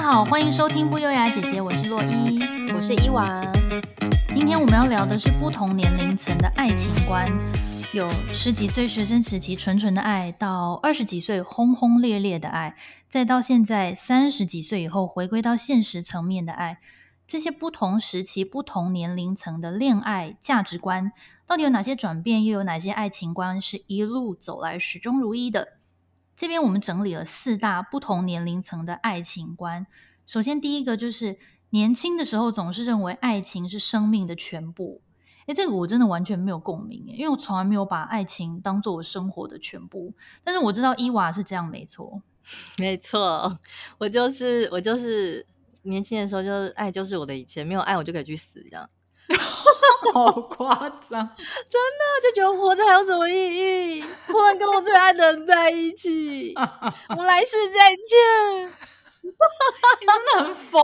好，欢迎收听不优雅姐姐，我是洛伊， 我是伊娃。 今天我们要聊的是不同年龄层的爱情观，有10几岁学生时期纯纯的爱，到20几岁轰轰烈烈的爱，再到现在30几岁以后回归到现实层面的爱。这些不同时期、不同年龄层的恋爱价值观，到底有哪些转变，又有哪些爱情观是一路走来始终如一的？这边我们整理了4大不同年龄层的爱情观。首先第一个就是年轻的时候总是认为爱情是生命的全部。这个我真的完全没有共鸣，因为我从来没有把爱情当作我生活的全部。但是我知道伊娃是这样，没错。 没错，我就是年轻的时候就是爱就是我的一切，没有爱我就可以去死这样。 好夸张， 真的就觉得活着还有什么意义？不能跟我最爱的人在一起，我们来世再见。 你真的很疯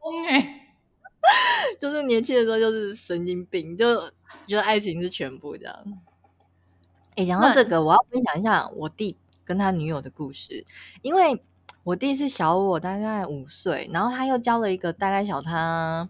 就是年轻的时候就是神经病，就觉得爱情是全部这样。讲到这个，我要分享一下我弟跟他女友的故事。因为我弟是小我大概5岁，然后他又交了一个大概小他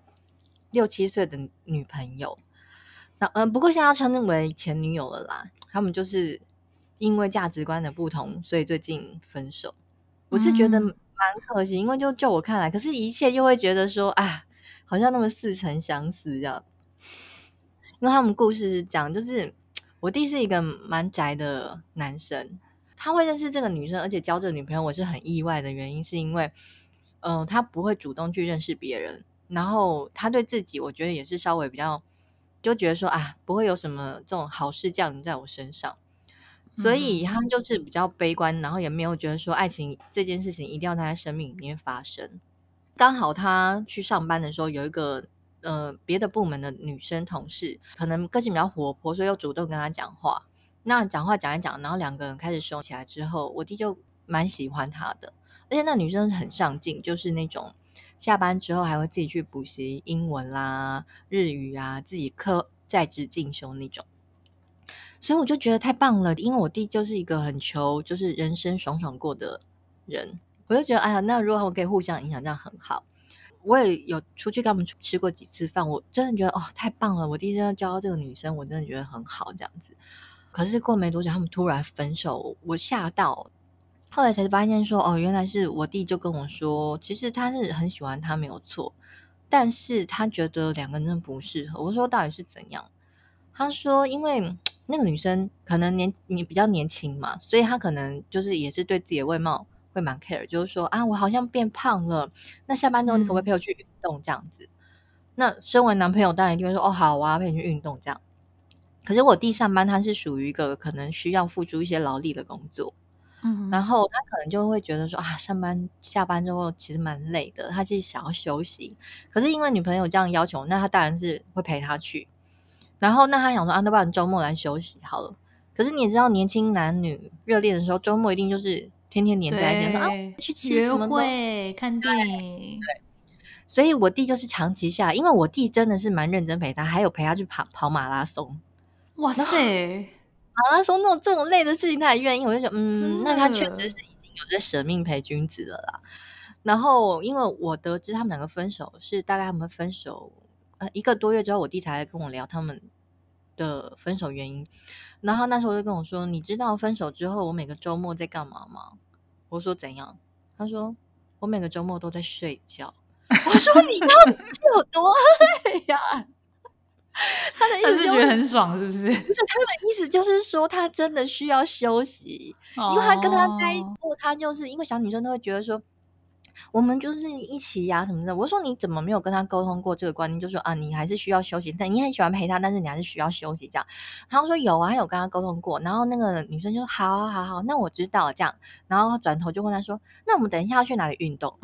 6、7岁的女朋友。不过现在要称为前女友了啦。他们就是因为价值观的不同，所以最近分手。我是觉得蛮可惜，因为就我看来，可是一切又会觉得说啊，好像那么似曾相识这样。因为他们故事是这样，就是我弟是一个蛮宅的男生，他会认识这个女生，而且交这个女朋友，我是很意外的原因是因为他不会主动去认识别人，然后他对自己我觉得也是稍微比较就觉得说啊，不会有什么这种好事降临在我身上，所以他就是比较悲观，然后也没有觉得说爱情这件事情一定要在生命里面发生。刚好他去上班的时候有一个别的部门的女生同事，可能个性比较活泼，所以又主动跟他讲话。那讲话讲一讲，然后2个人开始熟起来之后，我弟就蛮喜欢他的。而且那女生很上进，就是那种下班之后还会自己去补习英文啦、日语啊，自己在职进修那种。所以我就觉得太棒了，因为我弟就是一个很求就是人生爽爽过的人，我就觉得哎呀，那如果他们可以互相影响，这样很好。我也有出去跟他们吃过几次饭，我真的觉得哦，太棒了！我弟真的交到这个女生，我真的觉得很好这样子。可是过没多久，他们突然分手，我吓到。后来才发现说，哦，原来是我弟就跟我说，其实他是很喜欢他没有错，但是他觉得2个人真的不适合。我说到底是怎样？他说因为那个女生可能你比较年轻嘛，所以他可能就是也是对自己的外貌会蛮 care， 就是说啊，我好像变胖了，那下班之后你可不可以陪我去运动这样子？那身为男朋友当然一定会说哦好啊，陪你去运动这样。可是我弟上班他是属于一个可能需要付出一些劳力的工作，然后他可能就会觉得说啊，下班之后其实蛮累的，他其实想要休息。可是因为女朋友这样要求，那他当然是会陪他去。然后那他想说啊，那不然周末来休息好了。可是你也知道，年轻男女热恋的时候，周末一定就是天天黏在一起，说啊去吃什么约会、看电影。 对，所以我弟就是长期下来，因为我弟真的是蛮认真陪他，还有陪他去跑马拉松。 哇塞， 马拉松这种累的事情他也愿意，我就觉得那他确实是已经有在舍命陪君子了啦。然后因为我得知他们2个分手是大概他们分手1个多月之后，我弟才跟我聊他们的分手原因。然后他那时候就跟我说，你知道分手之后我每个周末在干嘛吗？我说怎样？他说我每个周末都在睡觉。我说你到底是有多累呀？他的意思是觉得很爽是不是？ 不是，他的意思就是说他真的需要休息，因为他跟他在一起后，他就是因为小女生都会觉得说我们就是一起呀什么的。我说你怎么没有跟他沟通过这个观念，就说啊你还是需要休息，但你很喜欢陪他，但是你还是需要休息这样。他说有啊，他有跟他沟通过。然后那个女生就说好，那我知道这样。然后转头就问他说，那我们等一下要去哪里运动？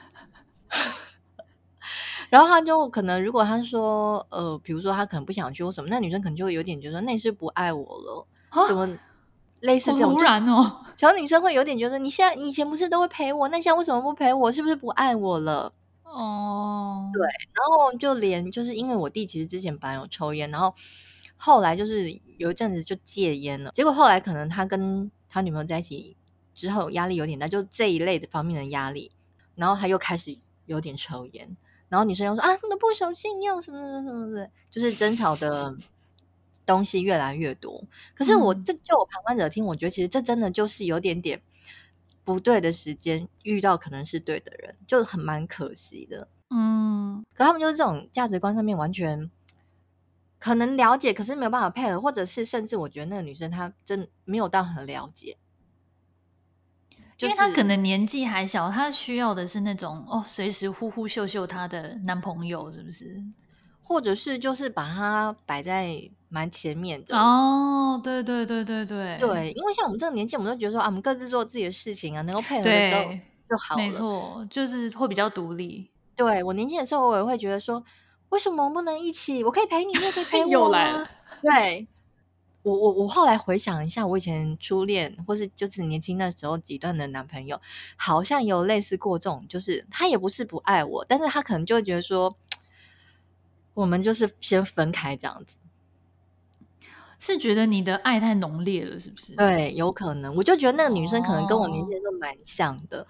然后他就可能如果他说比如说他可能不想去或什么，那女生可能就会有点觉得那你是不爱我了，怎么类似这种， 好突然哦。 小女生会有点觉得你以前不是都会陪我，那你现在为什么不陪我？是不是不爱我了？对，然后就连就是因为我弟其实之前本来有抽烟，然后后来就是有一阵子就戒烟了，结果后来可能他跟他女朋友在一起之后压力有点大，就这一类的方面的压力，然后他又开始有点抽烟，然后女生又说啊，你都不守信用什么什么什么的，就是争吵的东西越来越多。可是我就我旁观者听，我觉得其实这真的就是有点点不对的时间遇到可能是对的人，就很蛮可惜的。可他们就是这种价值观上面完全可能了解，可是没有办法配合，或者是甚至我觉得那个女生她真没有到很了解， 因为她可能年纪还小，她需要的是那种随时呼呼秀秀她的男朋友，是不是？ 或者是就是把它摆在蛮前面的。 对对对对对对，因为像我们这个年纪，我们都觉得说啊，我们各自做自己的事情啊，能够配合的时候就好了。 没错，就是会比较独立。 对，我年轻的时候，我也会觉得说，为什么我们不能一起？我可以陪你，你也可以陪我啊。 又来了。 对，我后来回想一下，我以前初恋或是就是年轻那时候几段的男朋友，好像有类似过这种，就是他也不是不爱我，但是他可能就会觉得说，我们就是先分开这样子。 是觉得你的爱太浓烈了，是不是？ 对，有可能。我就觉得那个女生可能跟我年纪的时候蛮像的。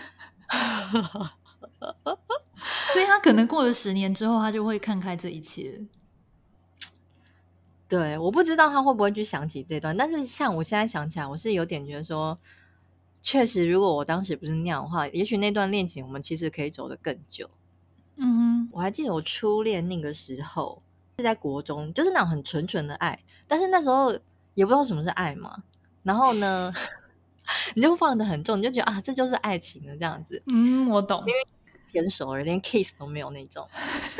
所以他可能过了10年之后，他就会看开这一切。 对，我不知道他会不会去想起这段，但是像我现在想起来，我是有点觉得说，确实，如果我当时不是那样的话，也许那段恋情我们其实可以走得更久。我还记得我初恋那个时候是在国中，就是那种很纯纯的爱，但是那时候也不知道什么是爱嘛。然后呢，你就放得很重，你就觉得啊，这就是爱情了这样子。 我懂， 因为牵手了，连 kiss 都没有那种。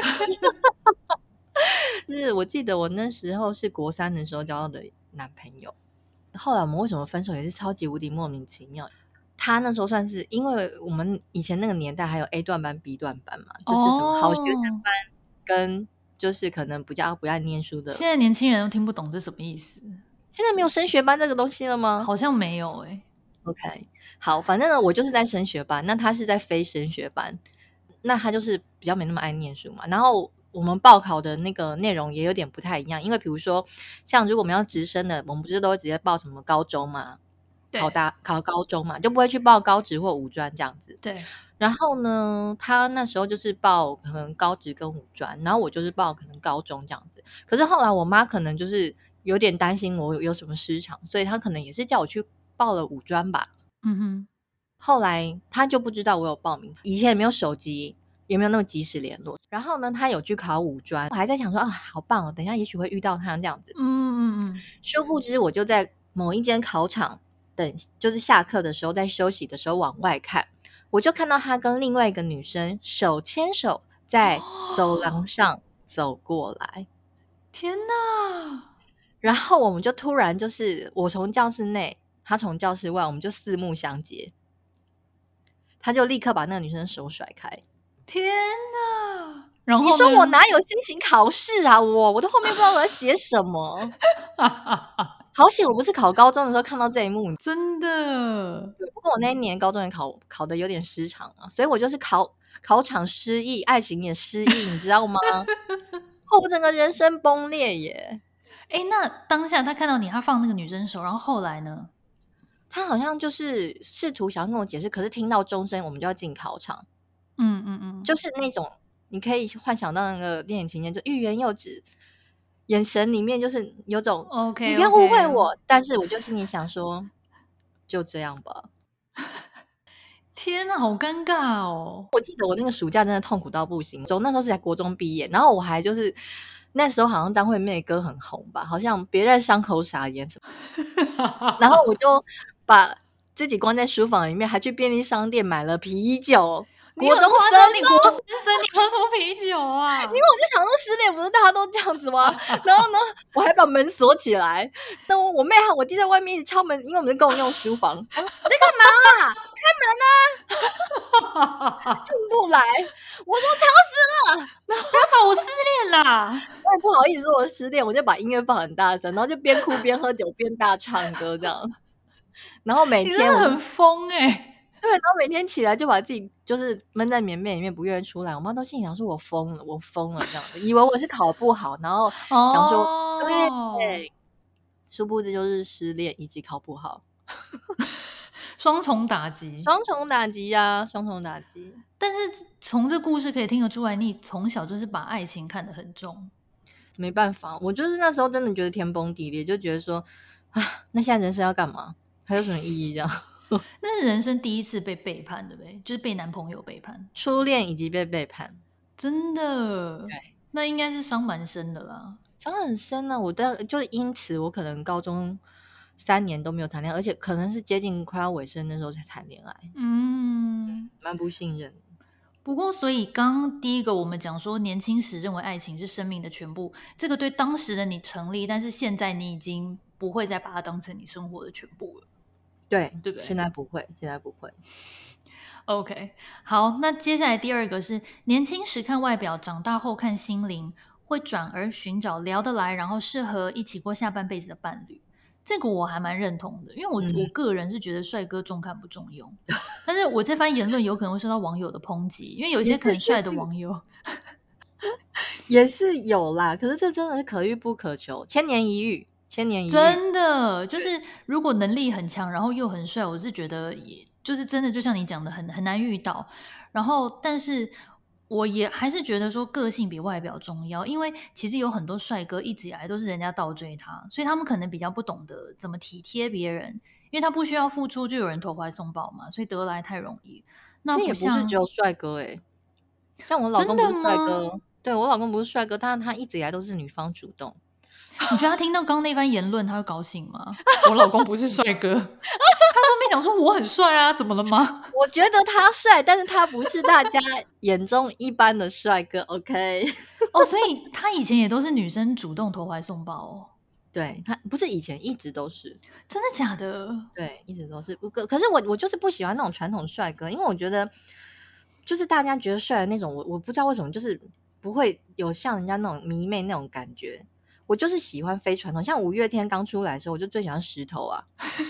就是我记得我那时候是国3的时候交到的男朋友，后来我们为什么分手也是超级无敌莫名其妙。他那时候算是因为我们以前那个年代还有 A 段班 B 段班嘛，就是什么好学生班跟就是可能比较不爱念书的。 现在年轻人都听不懂这什么意思。 现在没有升学班这个东西了吗？ 好像没有 OK， 好，反正呢我就是在升学班，那他是在非升学班，那他就是比较没那么爱念书嘛。然后我们报考的那个内容也有点不太一样，因为比如说像如果我们要直升的，我们不是都会直接报什么高中嘛，考高中嘛，就不会去报高职或五专这样子。 对。 然后呢，他那时候就是报可能高职跟五专，然后我就是报可能高中这样子。可是后来我妈可能就是有点担心我有什么失常，所以她可能也是叫我去报了五专吧。后来他就不知道我有报名，以前也没有手机，也没有那么及时联络。然后呢，他有去考五专，我还在想说啊，好棒哦，等一下也许会遇到他这样子。殊不知我就在某一间考场等，就是下课的时候，在休息的时候往外看，我就看到他跟另外一个女生手牵手在走廊上走过来。 天哪！ 然后我们就突然就是我从教室内，他从教室外，我们就四目相接。他就立刻把那个女生的手甩开。 天哪！然后你说我哪有心情考试啊？我的后面不知道我在写什么。好险我不是考高中的时候看到这一幕， 真的。 对，不过我那一年高中也考的有点失常啊，所以我就是考场失忆，爱情也失忆，你知道吗？我整个人生崩裂耶。 那当下他看到你，他放那个女生手，然后后来呢？ 他好像就是试图想跟我解释，可是听到钟声我们就要进考场。就是那种你可以幻想到那个电影情节，就欲言又止，眼神里面就是有种 OK， 你不要误会我，但是我就心里想说就这样吧。 天哪，好尴尬哦！ 我记得我那个暑假真的痛苦到不行，那时候是在国中毕业，然后我还就是那时候好像张惠妹的歌很红吧，好像别在伤口撒盐什么然后我就把自己关在书房里面，还去便利商店买了啤酒。国中生， 你国3生，你喝什么啤酒啊？ 因为我就想说失恋不是大家都这样子吗？然后呢，我还把门锁起来。那我妹和我弟在外面一直敲门，因为我们是共用书房。我在干嘛啊？开门啊！进不来。我说吵死了， 不要吵，我失恋啦！ 我也不好意思说我失恋，我就把音乐放很大声，然后就边哭边喝酒边大唱歌这样。然后每天我很疯对，然后每天起来就把自己就是闷在棉被里面不愿意出来，我妈都心里想说我疯了这样子，以为我是考不好，然后想说对，殊不知就是失恋以及考不好。 双重打击， 双重打击啊，双重打击。 但是从这故事可以听得出来，你从小就是把爱情看得很重。 没办法，我就是那时候真的觉得天崩地裂，就觉得说啊，那现在人生要干嘛？还有什么意义这样？ 那是人生第一次被背叛，对不对？就是被男朋友背叛， 初恋以及被背叛， 真的。 对， 那应该是伤蛮深的啦。 伤很深啊！就因此，我可能高中3年都没有谈恋爱，而且可能是接近快要尾声的时候才谈恋爱，蛮不信任。 不过，所以刚第一个我们讲说，年轻时认为爱情是生命的全部，这个对当时的你成立，但是现在你已经不会再把它当成你生活的全部了。 对， 对不对？ 现在不会。 OK， 好，那接下来第二个是年轻时看外表，长大后看心灵，会转而寻找聊得来，然后适合一起过下半辈子的伴侣。这个我还蛮认同的，因为我个人是觉得帅哥重看不重用，但是我这番言论有可能会受到网友的抨击，因为有些很帅的网友也是有啦，可是这真的是可遇不可求，千年一遇。 真的就是如果能力很强，然后又很帅，我是觉得也就是真的就像你讲的很难遇到。然后但是我也还是觉得说个性比外表重要，因为其实有很多帅哥一直以来都是人家倒追他，所以他们可能比较不懂得怎么体贴别人，因为他不需要付出就有人投怀送抱嘛，所以得来太容易。那这也不是只有帅哥像我老公不是帅哥，对，我老公不是帅哥，他一直以来都是女方主动。 你觉得他听到刚刚那番言论他会高兴吗？我老公不是帅哥他说没讲说我很帅啊，怎么了吗？ 我觉得他帅，但是他不是大家眼中一般的帅哥。OK 哦，所以他以前也都是女生主动投怀送抱哦。 对，他不是以前一直都是。 真的假的？ 对，一直都是。可是我就是不喜欢那种传统帅哥，因为我觉得就是大家觉得帅的那种，我不知道为什么就是不会有像人家那种迷妹那种感觉。我就是喜欢非传统，像5月天刚出来的时候，我就最喜欢石头啊。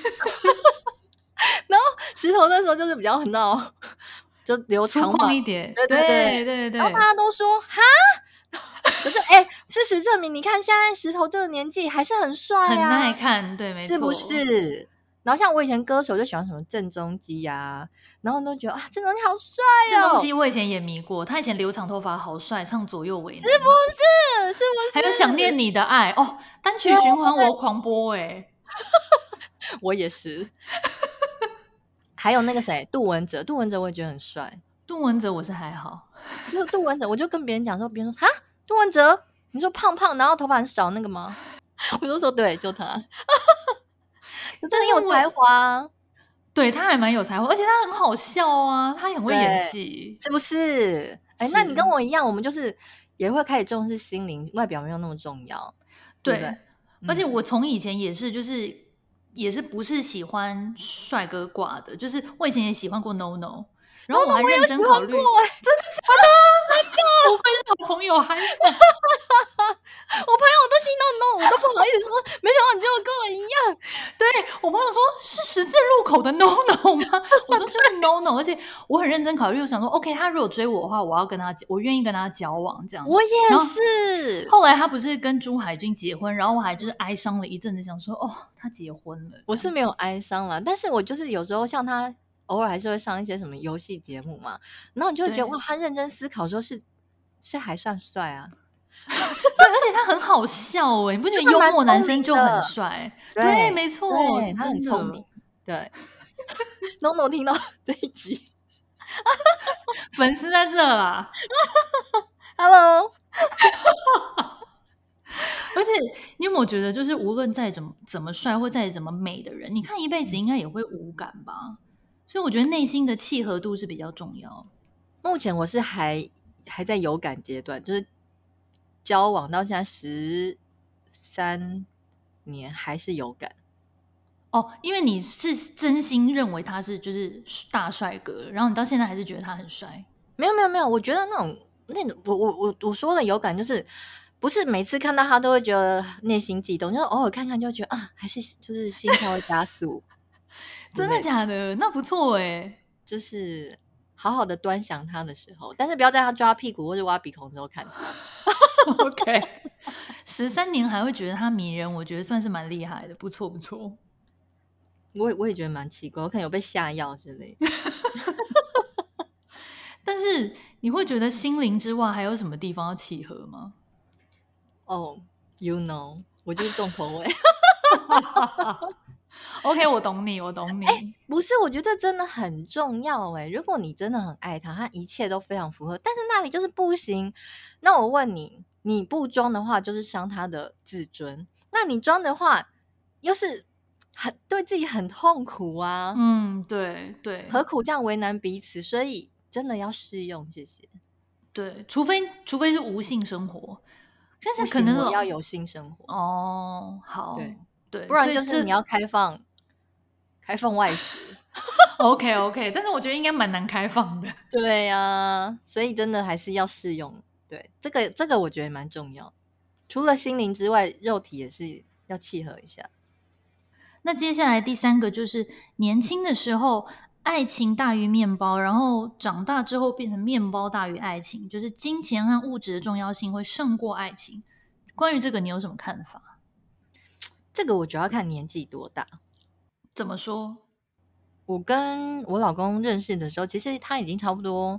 然后石头那时候就是比较闹，就留长粗犷一点。 对。然后大家都说哈，可是事实证明，你看现在石头这个年纪还是很帅啊， 很耐看，对，没错， 是不是？然后像我以前歌手就喜欢什么郑中基啊，然后都觉得啊，郑中基好帅哦。 郑中基我以前也迷过，他以前留长头发好帅，唱左右为难， 是不是？ 还有想念你的爱哦，单曲循环我狂播我也是。还有那个谁，杜文泽我也觉得很帅。 杜文泽我是还好， 就杜文泽，我就跟别人讲说，别人说哈，杜文泽，你说胖胖，然后头发很少那个吗？我就说对，就他。真的有才华， 对，他还蛮有才华，而且他很好笑啊，他很会演戏， 是不是？那你跟我一样，我们就是也会开始重视心灵，外表没有那么重要，对不对？ 而且我从以前也是，就是也是不是喜欢帅哥挂的，就是我以前也喜欢过 NONO， 然后我还认真考虑，真的假的？我会是好朋友嗨。 我朋友都听到 no， 我都不好意思说，没想到你就跟我一样。 对，我朋友说是十字路口的 no no 吗？我说就是 no no， 而且我很认真考虑，我想说 OK， 他如果追我的话，我愿意跟他交往这样。 我也是。 后来他不是跟朱海军结婚，然后我还就是哀伤了一阵子，想说哦，他结婚了。 我是没有哀伤啦，但是我就是有时候像他偶尔还是会上一些什么游戏节目嘛，然后你就会觉得哇，他认真思考说是还算帅啊。 对，而且他很好笑你不觉得幽默男生就很帅？对，没错， 他很聪明。对，NONO 听到这一集， 粉丝在这啦。 Hello。 而且你有没有觉得，就是无论再怎么帅或再怎么美的人，你看一辈子应该也会无感吧？所以我觉得内心的契合度是比较重要。 目前我是还在有感阶段，就是交往到现在13年还是有感。 哦，因为你是真心认为他是就是大帅哥，然后你到现在还是觉得他很帅。 没有，我觉得那种我说的有感，就是不是每次看到他都会觉得内心悸动，就是偶尔看看就会觉得啊，还是就是心跳会加速。 真的假的？那不错就是好好的端详他的时候，但是不要在他抓屁股或者挖鼻孔的时候看他。 OK， 13年还会觉得他迷人，我觉得算是蛮厉害的，不错。 我也觉得蛮奇怪，我可能有被下药之类的。 但是你会觉得心灵之外还有什么地方要契合吗？ 哦、you know， 我就是重口味。 OK， 我懂你，我懂你。 不是，我觉得真的很重要哎。如果你真的很爱他，他一切都非常符合，但是那里就是不行。那我问你，你不装的话，就是伤他的自尊；那你装的话，又是很对自己很痛苦啊。 对对， 何苦这样为难彼此？所以真的要试用这些。 对，除非是无性生活，但不是可能行，我要有性生活。 哦，好，对， 不然就是你要开放外食。 OK， 但是我觉得应该蛮难开放的。 对啊，所以真的还是要试用。对，这个我觉得蛮重要。除了心灵之外，肉体也是要契合一下。 那接下来第3个就是年轻的时候爱情大于面包，然后长大之后变成面包大于爱情，就是金钱和物质的重要性会胜过爱情。关于这个你有什么看法？ 这个我主要看年纪多大。 怎么说？ 我跟我老公认识的时候，其实他已经差不多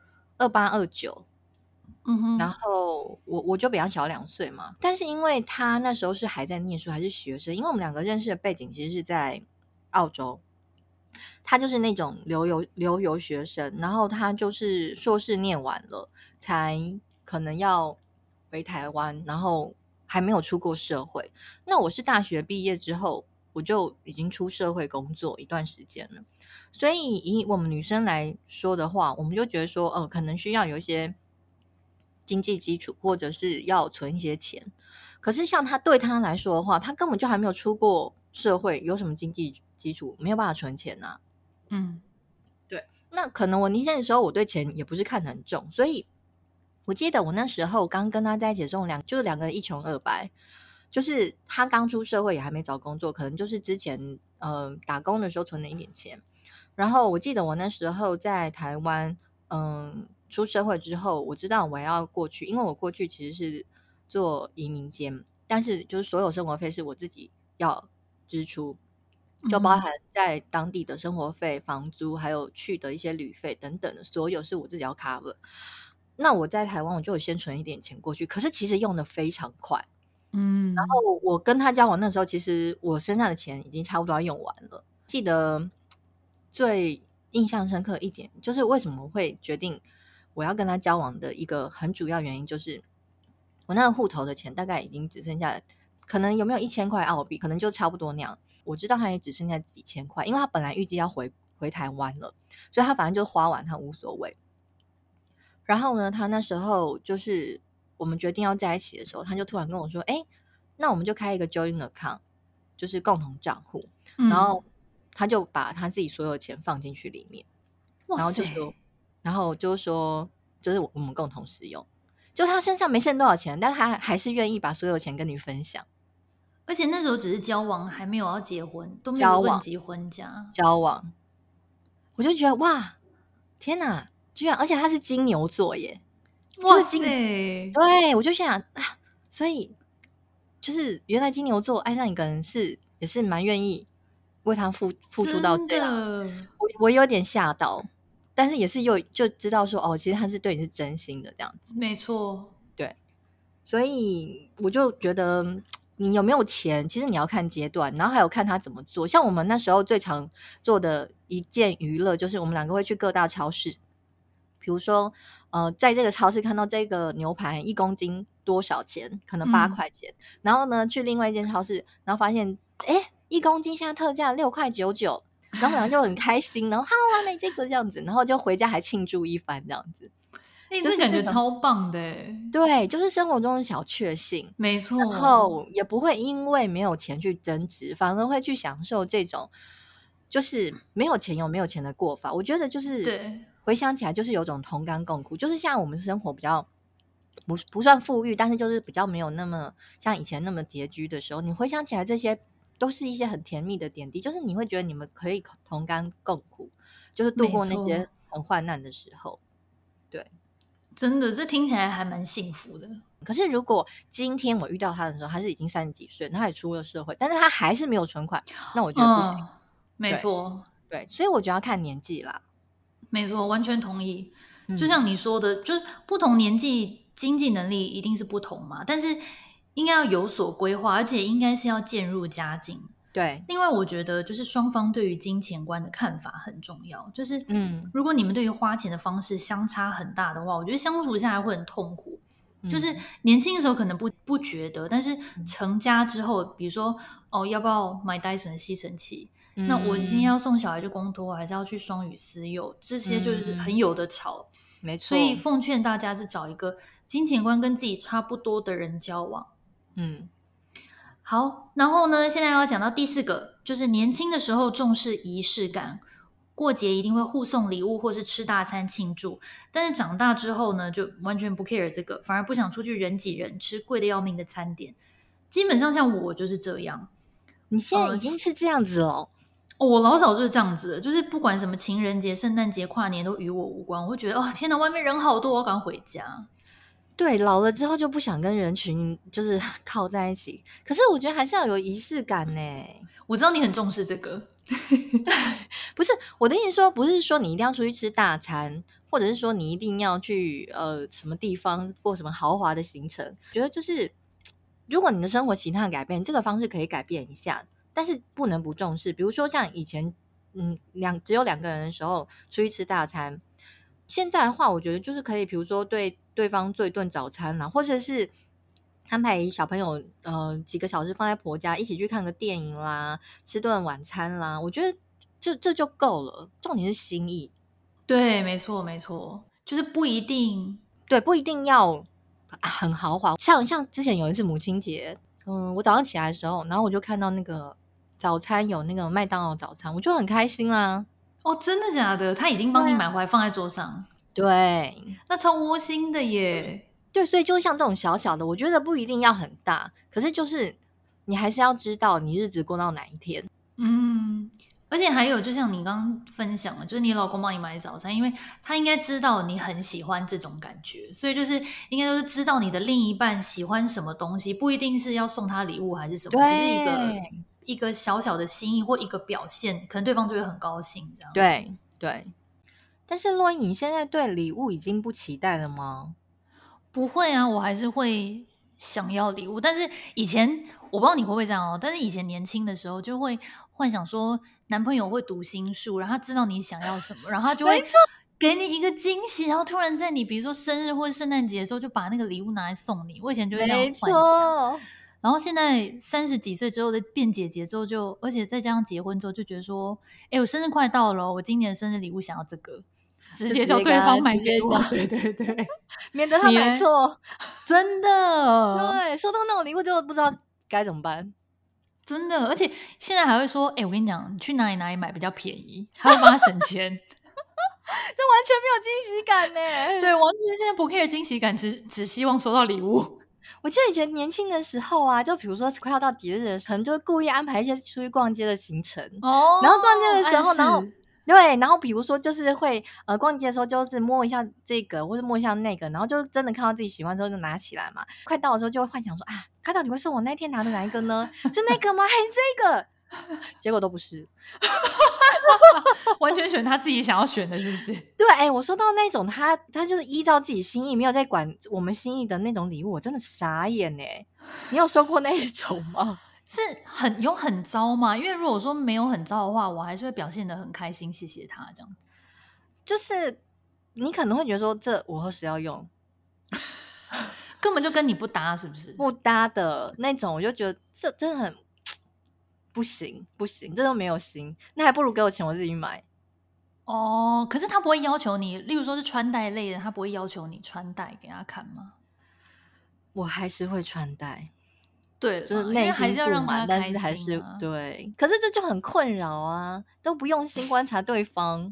28、29，然后我就比他小2岁嘛。但是因为他那时候是还在念书，还是学生，因为我们2个认识的背景其实是在澳洲，他就是那种留游学生，然后他就是硕士念完了，才可能要回台湾，然后还没有出过社会。那我是大学毕业之后，我就已经出社会工作一段时间了，所以以我们女生来说的话，我们就觉得说，可能需要有一些经济基础，或者是要存一些钱。可是像对他来说的话，他根本就还没有出过社会，有什么经济基础，没有办法存钱啊。对。那可能我年轻的时候，我对钱也不是看得很重，所以我记得我那时候刚跟他在一起的时候，就是2个人一穷二白。就是他刚出社会也还没找工作，可能就是之前打工的时候存了一点钱。然后我记得我那时候在台湾出社会之后，我知道我要过去，因为我过去其实是做移民监，但是就是所有生活费是我自己要支出，就包含在当地的生活费、房租，还有去的一些旅费等等的，所有是我自己要 cover。那我在台湾我就有先存一点钱过去，可是其实用的非常快。然后我跟他交往那时候，其实我身上的钱已经差不多要用完了。记得最印象深刻一点，就是为什么会决定我要跟他交往的一个很主要原因，就是我那个户头的钱大概已经只剩下，可能有没有1000块澳币，可能就差不多那样。我知道他也只剩下几千块，因为他本来预计要回台湾了，所以他反正就花完他无所谓。然后呢，他那时候就是我们决定要在一起的时候，他就突然跟我说，那我们就开一个 joint account， 就是共同账户。然后他就把他自己所有钱放进去里面，然后就说就是我们共同使用。就他身上没剩多少钱，但他还是愿意把所有钱跟你分享。 而且那时候只是交往，还没有要结婚，都没有论及婚嫁。 交往，我就觉得哇，天哪，居然！而且他是金牛座耶， 哇塞！ 对，我就想啊，所以就是原来金牛座爱上一个人也是蛮愿意为他付出到这样。我有点吓到，但是也是就知道说，其实他是对你是真心的这样子。 没错， 对，所以我就觉得你有没有钱，其实你要看阶段，然后还有看他怎么做。像我们那时候最常做的一件娱乐，就是我们2个会去各大超市，比如说在这个超市看到这个牛排1公斤多少钱，可能8块钱，然后呢去另外一间超市，然后发现1公斤现在特价6块99，然后我们就很开心，然后好完美这个这样子，然后就回家还庆祝一番这样子。 这感觉超棒的。 对，就是生活中的小确幸， 没错。 然后也不会因为没有钱去争执，反而会去享受这种就是没有钱有没有钱的过法。我觉得就是对， 回想起来就是有种同甘共苦，就是像我们生活比较不算富裕，但是就是比较没有那么像以前那么拮据的时候，你回想起来这些都是一些很甜蜜的点滴，就是你会觉得你们可以同甘共苦，就是度过那些很患难的时候。对， 真的这听起来还蛮幸福的。 可是如果今天我遇到他的时候，他是已经30几岁，他也出了社会，但是他还是没有存款，那我觉得不行。 没错， 对，所以我觉得要看年纪啦。 没错，完全同意。就像你说的，就是不同年纪经济能力一定是不同嘛，但是应该要有所规划，而且应该是要渐入佳境。 对， 另外我觉得就是双方对于金钱观的看法很重要，就是如果你们对于花钱的方式相差很大的话，我觉得相处下来会很痛苦。就是年轻的时候可能不觉得，但是成家之后，比如说要不要买 Dyson 的吸尘器，那我今天要送小孩去公托，还是要去双语私幼，这些就是很有的吵。 没错， 所以奉劝大家是找一个金钱观跟自己差不多的人交往。好，然后呢，现在要讲到第4个，就是年轻的时候重视仪式感，过节一定会互送礼物或是吃大餐庆祝，但是长大之后呢，就完全不 care 这个，反而不想出去人挤人，吃贵的要命的餐点。基本上像我就是这样。 你现在已经是这样子了？ 我老早就是这样子的，就是不管什么情人节、圣诞节、跨年都与我无关。我会觉得天哪，外面人好多，我赶快回家。 对，老了之后就不想跟人群就是靠在一起，可是我觉得还是要有仪式感呢。 我知道你很重视这个， 不是我的意思说，不是说你一定要出去吃大餐，或者是说你一定要去什么地方过什么豪华的行程。觉得就是如果你的生活形态改变，这个方式可以改变一下，但是不能不重视。比如说像以前只有2个人的时候出去吃大餐，现在的话我觉得就是可以比如说对对方做一顿早餐啦，或者是安排小朋友几个小时放在婆家一起去看个电影啦，吃顿晚餐啦，我觉得这就够了。重点是心意。 对，没错没错，就是不一定要很豪华。像之前有一次母亲节，我早上起来的时候，然后我就看到那个早餐有那个麦当劳早餐，我就很开心啦。 真的假的？他已经帮你买回来放在桌上？ 对， 那超窝心的耶。 对，所以就像这种小小的，我觉得不一定要很大，可是就是你还是要知道你日子过到哪一天。 而且还有就像你刚刚分享的，就是你老公帮你买早餐，因为他应该知道你很喜欢这种感觉，所以就是应该就是知道你的另一半喜欢什么东西，不一定是要送他礼物还是什么，只是一个小小的心意或一个表现，可能对方就会很高兴这样。 对对。但是洛英，你现在对礼物已经不期待了吗？ 不会啊，我还是会想要礼物，但是以前我不知道你会不会这样但是以前年轻的时候就会幻想说男朋友会读心术，然后他知道你想要什么，然后他就会给你一个惊喜，然后突然在你比如说生日或者圣诞节的时候就把那个礼物拿来送你。我以前就会这样幻想，然后现在30几岁之后的变姐姐之后而且再加上结婚之后就觉得说我生日快到了，我今年的生日礼物想要这个，直接叫对方买给我。对对对， 免得他买错。 真的， 对，收到那种礼物就不知道该怎么办。 真的，而且现在还会说我跟你讲，你去哪里买比较便宜，还会帮他省钱。 这完全没有惊喜感呢。 对，完全现在不 care 惊喜感，只希望收到礼物。 我记得以前年轻的时候啊，就比如说快要到节日的时候，就会故意安排一些出去逛街的行程。然后逛街的时候，然后比如说就是会逛街的时候就是摸一下这个或者摸一下那个，然后就真的看到自己喜欢之后就拿起来嘛。快到的时候就会幻想说他到底会送我那天拿的哪一个呢？是那个吗？还是这个？结果都不是。 完全选他自己想要选的，是不是？ 对，我收到那种他就是依照自己心意，没有在管我们心意的那种礼物，我真的傻眼耶。你有收过那一种吗？ 是很糟吗？因为如果说没有很糟的话，我还是会表现得很开心，谢谢他这样子。 就是你可能会觉得说这我何时要用， 根本就跟你不搭，是不是？ 不搭的那种，我就觉得这真的很不行，这都没有心，那还不如给我钱我自己买。 可是他不会要求你，例如说是穿戴类的，他不会要求你穿戴给他看吗？ 我还是会穿戴。 对， 就是内心不满，但是还是对。可是这就很困扰啊，都不用心观察对方。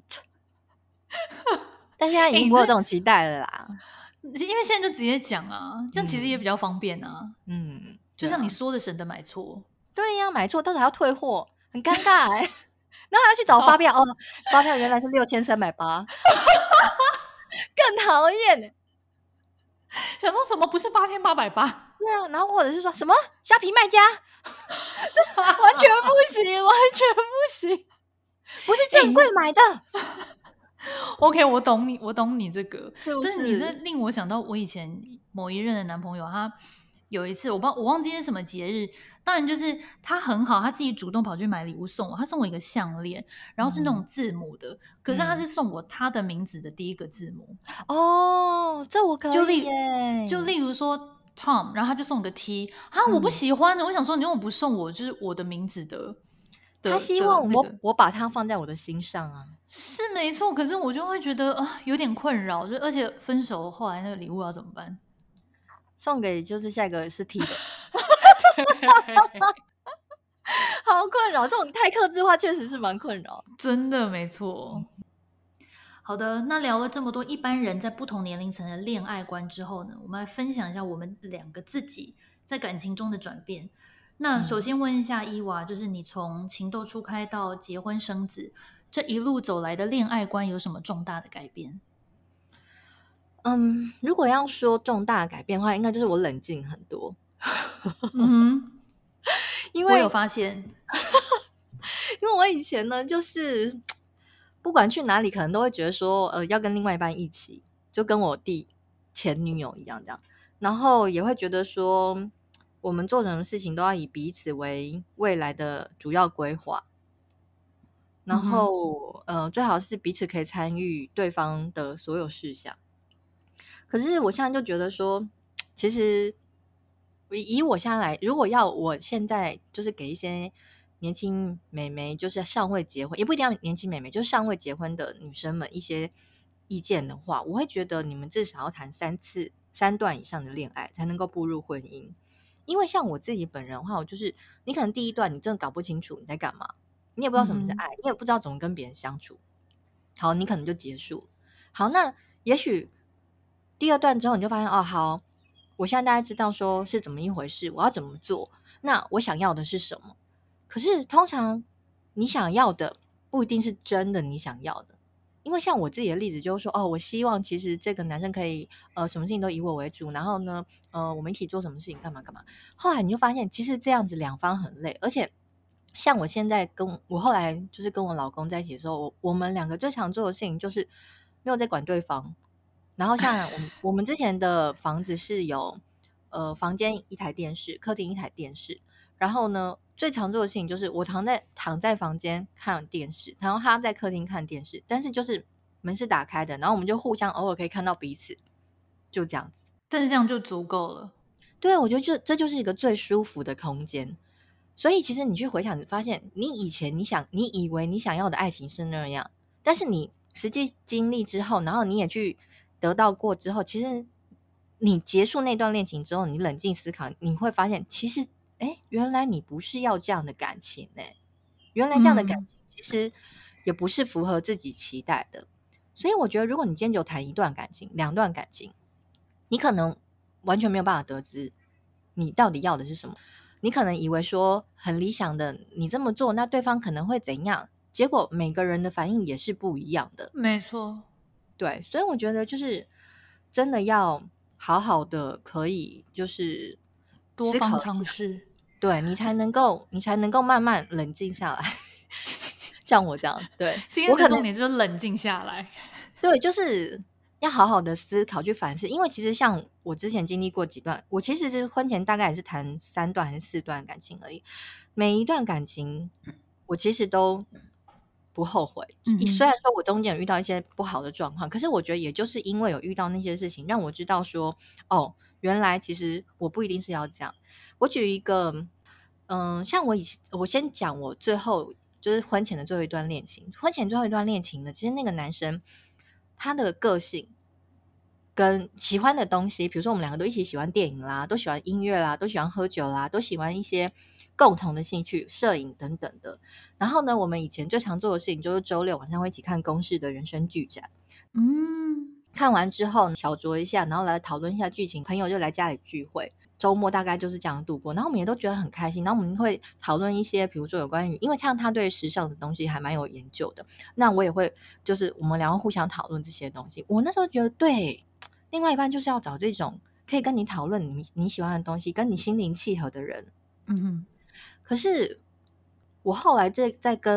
但现在已经不会有这种期待了啦， 因为现在就直接讲啊，这样其实也比较方便啊。就像你说的，省得买错。 对呀，买错到时还要退货，很尴尬然后还要去找发票发票原来是6380，更讨厌。 想说什么不是8880？ 对啊，然后或者是说什么虾皮卖家，完全不行，完全不行。 不是正柜买的。 OK， 我懂你这个， 是不是？ 但是你这令我想到我以前某一任的男朋友，他有一次我忘记是什么节日，当然就是他很好，他自己主动跑去买礼物送我，他送我一个项链，然后是那种字母的，可是他是送我他的名字的第一个字母。 哦，这我可以耶。 就例如说 Tom， 然后他就送个 T 啊，我不喜欢的，我想说你为什么不送我就是我的名字的他希望我把它放在我的心上啊， 是没错，可是我就会觉得有点困扰，就而且分手后来那个礼物要怎么办？ 送给就是下一个是 T 的，好困扰，这种太客制化确实是蛮困扰， 真的没错。好的，那聊了这么多一般人在不同年龄层的恋爱观之后呢，我们来分享一下我们两个自己在感情中的转变。那首先问一下伊娃，就是你从情窦初开到结婚生子，这一路走来的恋爱观有什么重大的改变？ 如果要说重大的改变的话，应该就是我冷静很多。因为我有发现， 因为我以前呢，就是不管去哪里，可能都会觉得说，要跟另外一半一起，就跟我弟前女友一样这样，然后也会觉得说，我们做什么事情都要以彼此为未来的主要规划，然后最好是彼此可以参与对方的所有事项。可是我现在就觉得说，其实以我现在来，如果要我现在就是给一些年轻美眉，就是尚未结婚，也不一定要年轻美眉，就是尚未结婚的女生们一些意见的话，我会觉得你们至少要谈3段以上的恋爱才能够步入婚姻。因为像我自己本人的话，我就是你可能第一段你真的搞不清楚你在干嘛，你也不知道什么是爱，你也不知道怎么跟别人相处，好，你可能就结束。好，那也许第二段之后你就发现好，我现在大概知道说是怎么一回事，我要怎么做，那我想要的是什么。可是通常你想要的不一定是真的你想要的，因为像我自己的例子就是说，我希望其实这个男生可以什么事情都以我为主，然后呢我们一起做什么事情干嘛干嘛。后来你就发现其实这样子两方很累，而且像我现在我后来就是跟我老公在一起的时候，我们两个最常做的事情就是没有在管对方。然后像我们之前的房子是有房间一台电视，客厅一台电视，然后呢最常做的事情就是我躺在房间看电视，然后他在客厅看电视，但是就是门是打开的，然后我们就互相偶尔可以看到彼此，就这样子。 但是这样就足够了。 对，我觉得这就是一个最舒服的空间。所以其实你去回想，你发现你以前你以为你想要的爱情是那样，但是你实际经历之后，然后你也去得到过之后，其实你结束那段恋情之后，你冷静思考，你会发现其实原来你不是要这样的感情原来这样的感情其实也不是符合自己期待的。所以我觉得如果你今天就谈一段感情2段感情，你可能完全没有办法得知你到底要的是什么。你可能以为说很理想的你这么做，那对方可能会怎样，结果每个人的反应也是不一样的。 没错， 对，所以我觉得就是真的要好好的可以就是多方尝试， 对，你才能够慢慢冷静下来。像我这样，对， 今天的重点就是冷静下来。 对，就是要好好的思考去反思。因为其实像我之前经历过几段，我其实是婚前大概也是谈3段还是4段感情而已，每一段感情我其实都不后悔。虽然说我中间有遇到一些不好的状况，可是我觉得也就是因为有遇到那些事情，让我知道说原来其实我不一定是要这样。我举一个像我先讲我最后就是婚前的最后一段恋情。婚前最后一段恋情呢，其实那个男生他的个性跟喜欢的东西，比如说我们两个都一起喜欢电影啦，都喜欢音乐啦，都喜欢喝酒啦，都喜欢一些共同的兴趣，摄影等等的。然后呢，我们以前最常做的事情就是周六晚上会一起看公视的人生剧展。看完之后小酌一下，然后来讨论一下剧情，朋友就来家里聚会，周末大概就是这样度过。然后我们也都觉得很开心，然后我们会讨论一些比如说有关于，因为像他对时尚的东西还蛮有研究的，那我也会就是我们两个互相讨论这些东西。我那时候觉得对，另外一半就是要找这种可以跟你讨论你喜欢的东西，跟你心灵契合的人。可是我后来在跟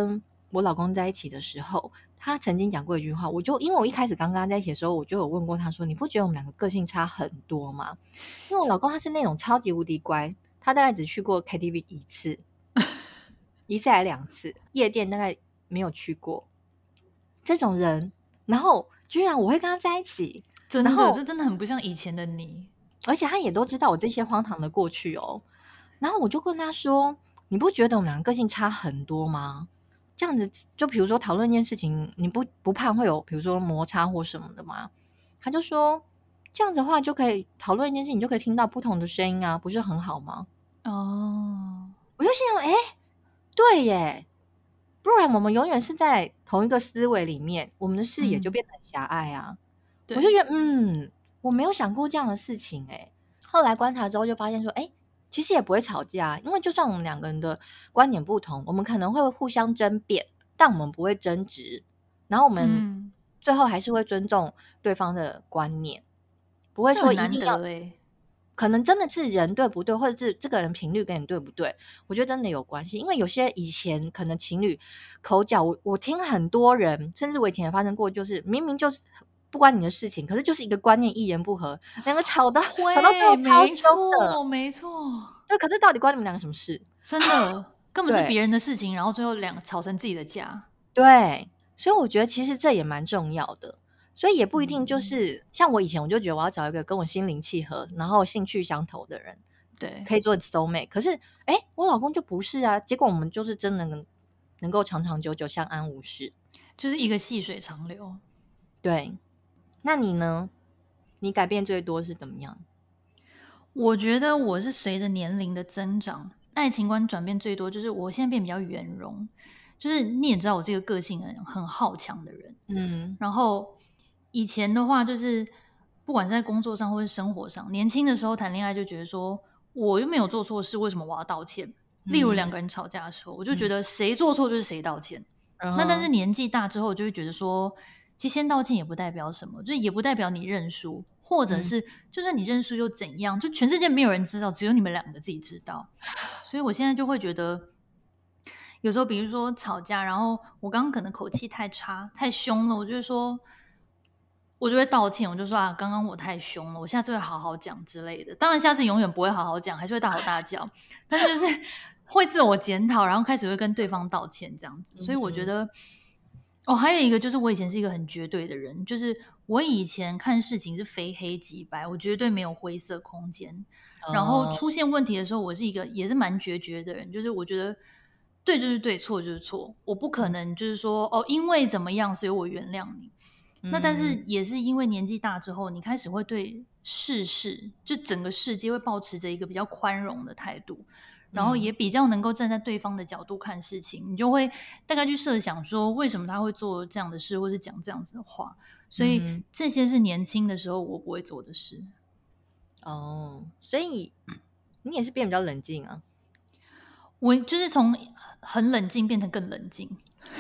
我老公在一起的时候，他曾经讲过一句话，因为我一开始刚跟他在一起的时候，我就有问过他说，你不觉得我们两个个性差很多吗？因为我老公他是那种超级无敌乖，他大概只去过 KTV 一次一次还2次，夜店大概没有去过，这种人，然后居然我会跟他在一起， 真的，这真的很不像以前的你。 而且他也都知道我这些荒唐的过去哦。然后我就跟他说，你不觉得我们两个个性差很多吗？这样子就比如说讨论一件事情，你不怕会有比如说摩擦或什么的吗？他就说，这样子的话就可以讨论一件事情，你就可以听到不同的声音啊，不是很好吗？我就心想，对耶，不然我们永远是在同一个思维里面，我们的视野就变得很狭隘啊。我就觉得我没有想过这样的事情后来观察之后就发现说，其实也不会吵架，因为就算我们两个人的观点不同，我们可能会互相争辩，但我们不会争执，然后我们最后还是会尊重对方的观念，不会说一定要可能真的是人对不对，或者是这个人频率跟你对不对，我觉得真的有关系。因为有些以前可能情侣口角，我听很多人，甚至我以前也发生过，就是明明就是不关你的事情，可是就是一个观念一言不合，两个吵到最后超凶的， 没错。 对，可是到底关你们两个什么事？ 真的根本是别人的事情，然后最后两个吵成自己的架。 对，所以我觉得其实这也蛮重要的。所以也不一定就是像我以前我就觉得我要找一个跟我心灵契合，然后兴趣相投的人， 对， 可以做 soulmate。可是我老公就不是啊，结果我们就是真的能够长长久久相安无事， 就是一个细水长流。 对，那你呢？你改变最多是怎么样？ 我觉得我是随着年龄的增长，爱情观转变最多，就是我现在变比较圆融。就是你也知道我是一个个性很好强的人，然后以前的话就是不管是在工作上或是生活上，年轻的时候谈恋爱就觉得说我又没有做错事，为什么我要道歉？例如两个人吵架的时候，我就觉得谁做错就是谁道歉。那但是年纪大之后，就会觉得说，其实先道歉也不代表什么，就也不代表你认输，或者是就算你认输又怎样？就全世界没有人知道，只有你们两个自己知道。所以我现在就会觉得，有时候比如说吵架，然后我刚刚可能口气太差、太凶了，我就会说，我就会道歉，我就说啊，刚刚我太凶了，我下次会好好讲之类的。当然，下次永远不会好好讲，还是会大吼大叫，但是就是会自我检讨，然后开始会跟对方道歉这样子。所以我觉得，还有一个就是我以前是一个很绝对的人，就是我以前看事情是非黑即白，我绝对没有灰色空间。然后出现问题的时候，我是一个也是蛮决绝的人，就是我觉得对就是对，错就是错，我不可能就是说因为怎么样，所以我原谅你。那但是也是因为年纪大之后，你开始会对世事，就整个世界会保持着一个比较宽容的态度，然后也比较能够站在对方的角度看事情，你就会大概去设想说为什么他会做这样的事，或是讲这样子的话。所以这些是年轻的时候我不会做的事。 所以你也是变比较冷静啊。 我就是从很冷静变成更冷静。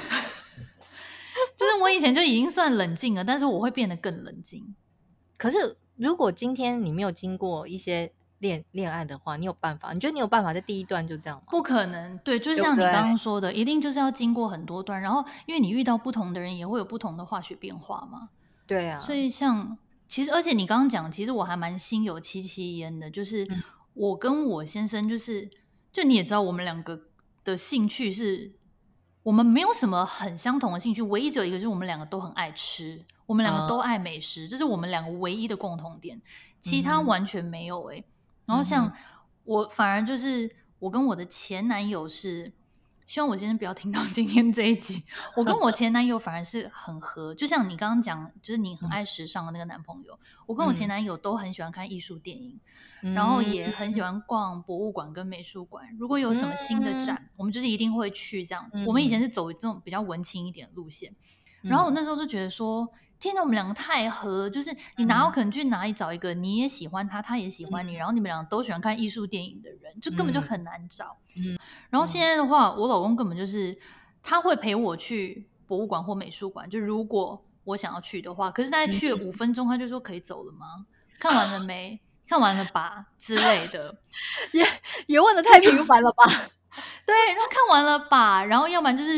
就是我以前就已经算冷静了，但是我会变得更冷静。 可是如果今天你没有经过一些恋爱的话，你有办法？你觉得你有办法在第一段就这样吗？ 不可能。对，就像你刚刚说的，一定就是要经过很多段，然后因为你遇到不同的人也会有不同的化学变化嘛。 对啊。 所以其实而且你刚刚讲，其实我还蛮心有戚戚焉的，就是我跟我先生就你也知道我们两个的兴趣是我们没有什么很相同的兴趣，唯一只有一个就是我们两个都很爱吃，我们两个都爱美食，这是我们两个唯一的共同点，其他完全没有然后像我反而就是我跟我的前男友是，希望我先生不要听到今天这一集，我跟我前男友反而是很合，就像你刚刚讲，就是你很爱时尚的那个男朋友，我跟我前男友都很喜欢看艺术电影，然后也很喜欢逛博物馆跟美术馆，如果有什么新的展，我们就是一定会去这样。我们以前是走这种比较文青一点的路线，然后我那时候就觉得说，天哪，我们两个太合，就是你哪有可能去哪里找一个你也喜欢他，他也喜欢你，然后你们两个都喜欢看艺术电影的人，就根本就很难找。然后现在的话，我老公根本就是他会陪我去博物馆或美术馆，就如果我想要去的话，可是大概去了5分钟，他就说可以走了吗？看完了没？看完了吧之类的。 也问得太频繁了吧？ 对，然后看完了吧，然后要不然就是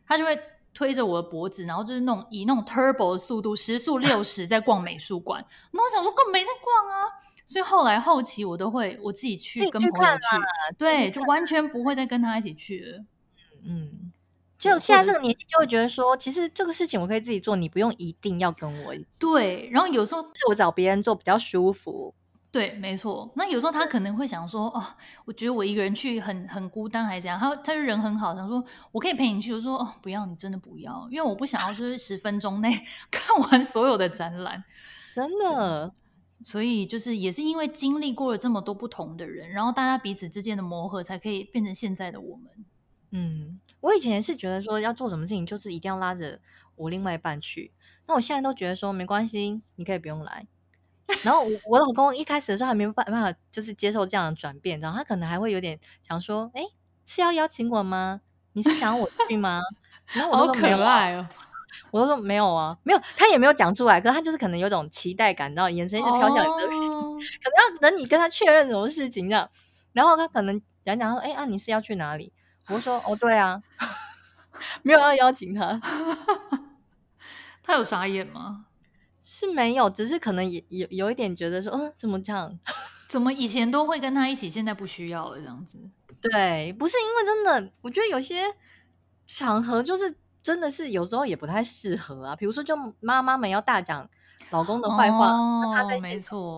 他就会推着我的脖子，然后就是以那种 turbo 的速度，时速60在逛美术馆。那我想说根本没在逛啊，所以后期我都会我自己去跟朋友去，对，就完全不会再跟他一起去了。 就现在这个年纪就会觉得说，其实这个事情我可以自己做，你不用一定要跟我一起。 对，然后有时候是我找别人做比较舒服。 对，没错。那有时候他可能会想说，哦，我觉得我一个人去很孤单，还是怎样？他就人很好，想说我可以陪你去。我说哦，不要，你真的不要，因为我不想要就是10分钟内看完所有的展览， 真的。 所以就是也是因为经历过了这么多不同的人，然后大家彼此之间的磨合，才可以变成现在的我们。 我以前是觉得说要做什么事情，就是一定要拉着我另外一半去。那我现在都觉得说没关系，你可以不用来。然后我老公一开始的时候还没办法就是接受这样的转变，然后他可能还会有点想说，是要邀请我吗？你是想要我去吗？然后我都说没有、 好可爱哦。 我都说没有啊，没有，他也没有讲出来，可是他就是可能有种期待感，然后眼神一直飘下来，可能要等你跟他确认什么事情这样。然后他可能讲说，你是要去哪里？我说哦，对啊，没有要邀请他。 他有傻眼吗？ 是没有，只是可能也有一点觉得说，怎么这样？ 怎么以前都会跟他一起，现在不需要了这样子？ 对，不是因为真的，我觉得有些场合就是真的是有时候也不太适合啊。比如说，就妈妈们要大讲老公的坏话，那他在没错。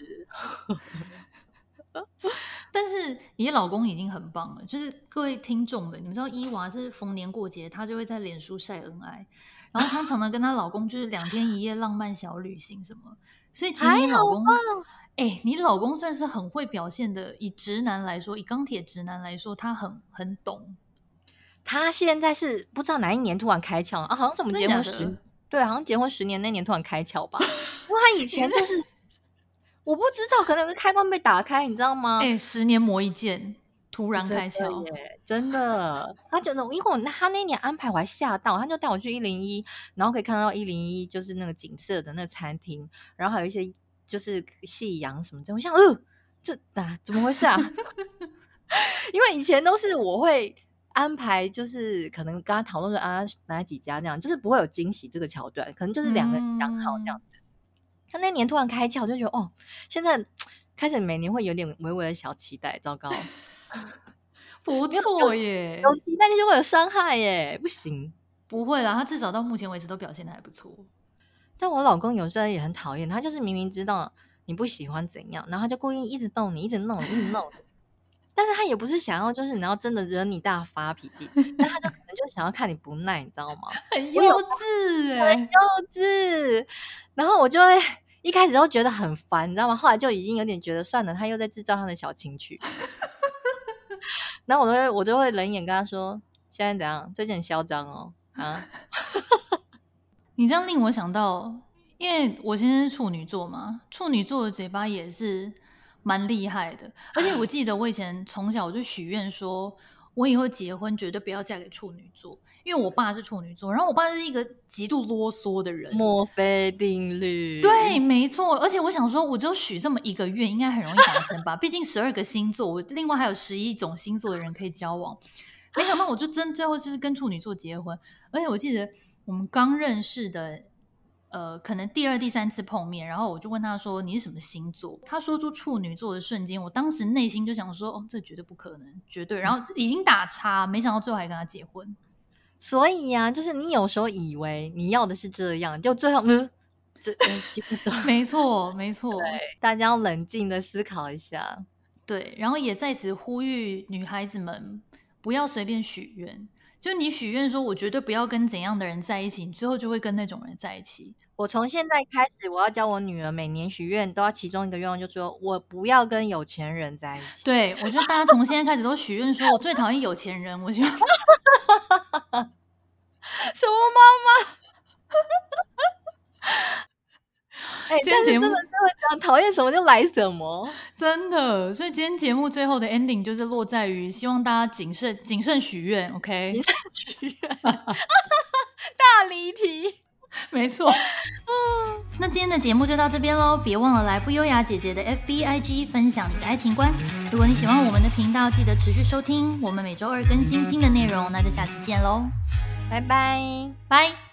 但是你的老公已经很棒了，就是各位听众们，你们知道伊娃是逢年过节她就会在脸书晒恩爱，然后她常常跟她老公就是2天1夜浪漫小旅行什么，所以其实你老公你老公算是很会表现的，以直男来说，以钢铁直男来说，他很懂。 他现在是不知道哪一年突然开窍啊，好像是我们结婚对，好像结婚10年那年突然开窍吧。因为他以前就是我不知道，可能有个开关被打开，你知道吗 ？10年磨一剑，突然开窍耶，真的。他觉得，因为他那年安排我还吓到，他就带我去101，然后可以看到101就是那个景色的那个餐厅，然后还有一些就是夕阳什么的。我想，这怎么回事啊？因为以前都是我会安排，就是可能跟他讨论说哪几家这样，就是不会有惊喜这个桥段，可能就是2个人讲好这样子。他那年突然开窍，就觉得现在开始每年会有点微微的小期待，糟糕， 不错耶， 有期待就会有伤害耶，不行， 不会啦，他至少到目前为止都表现得还不错。 但我老公有时候也很讨厌，他就是明明知道你不喜欢怎样，然后他就故意一直弄你，一直弄你，一直弄你。但是他也不是想要就是你要真的惹你大发脾气，但他就可能就想要看你不耐，你知道吗？ 很幼稚很幼稚。然后我就会一开始都觉得很烦，你知道吗？后来就已经有点觉得算了，他又在制造他的小情趣。然后我就会冷眼跟他说，现在怎样？最近很嚣张哦啊！ 你这样令我想到，因为我现在是处女座嘛，处女座的嘴巴也是蛮厉害的。而且我记得我以前从小我就许愿说，我以后结婚绝对不要嫁给处女座，因为我爸是处女座，然后我爸是一个极度啰嗦的人。 墨菲定律。 对，没错。而且我想说，我只有许这么一个愿，应该很容易达成吧？毕竟12个星座，我另外还有11种星座的人可以交往。没想到我就最后就是跟处女座结婚，而且我记得我们刚认识的，可能第2、第3次碰面，然后我就问他说你是什么星座？他说出处女座的瞬间，我当时内心就想说，这绝对不可能，绝对。然后已经打叉，没想到最后还跟他结婚。 所以呀，就是你有时候以为你要的是这样，就最后没错没错， 对，大家要冷静的思考一下。 对，然后也在此呼吁女孩子们不要随便许愿，就你许愿说我绝对不要跟怎样的人在一起，你最后就会跟那种人在一起。 我从现在开始，我要教我女儿每年许愿都要其中一个愿望，就说我不要跟有钱人在一起。 对，我觉得大家从现在开始都许愿说我最讨厌有钱人，我希望什么妈妈今天节目真的是会讲讨厌什么就来什么， 真的。所以今天节目最后的 ending 就是落在于希望大家谨慎许愿 ，OK？ 谨慎许愿，大离题， 没错。那今天的节目就到这边咯，别忘了来不优雅姐姐的 FB、IG 分享你的爱情观。如果你喜欢我们的频道，记得持续收听，我们每周2更新新的内容，那就下次见咯。 拜拜。 拜。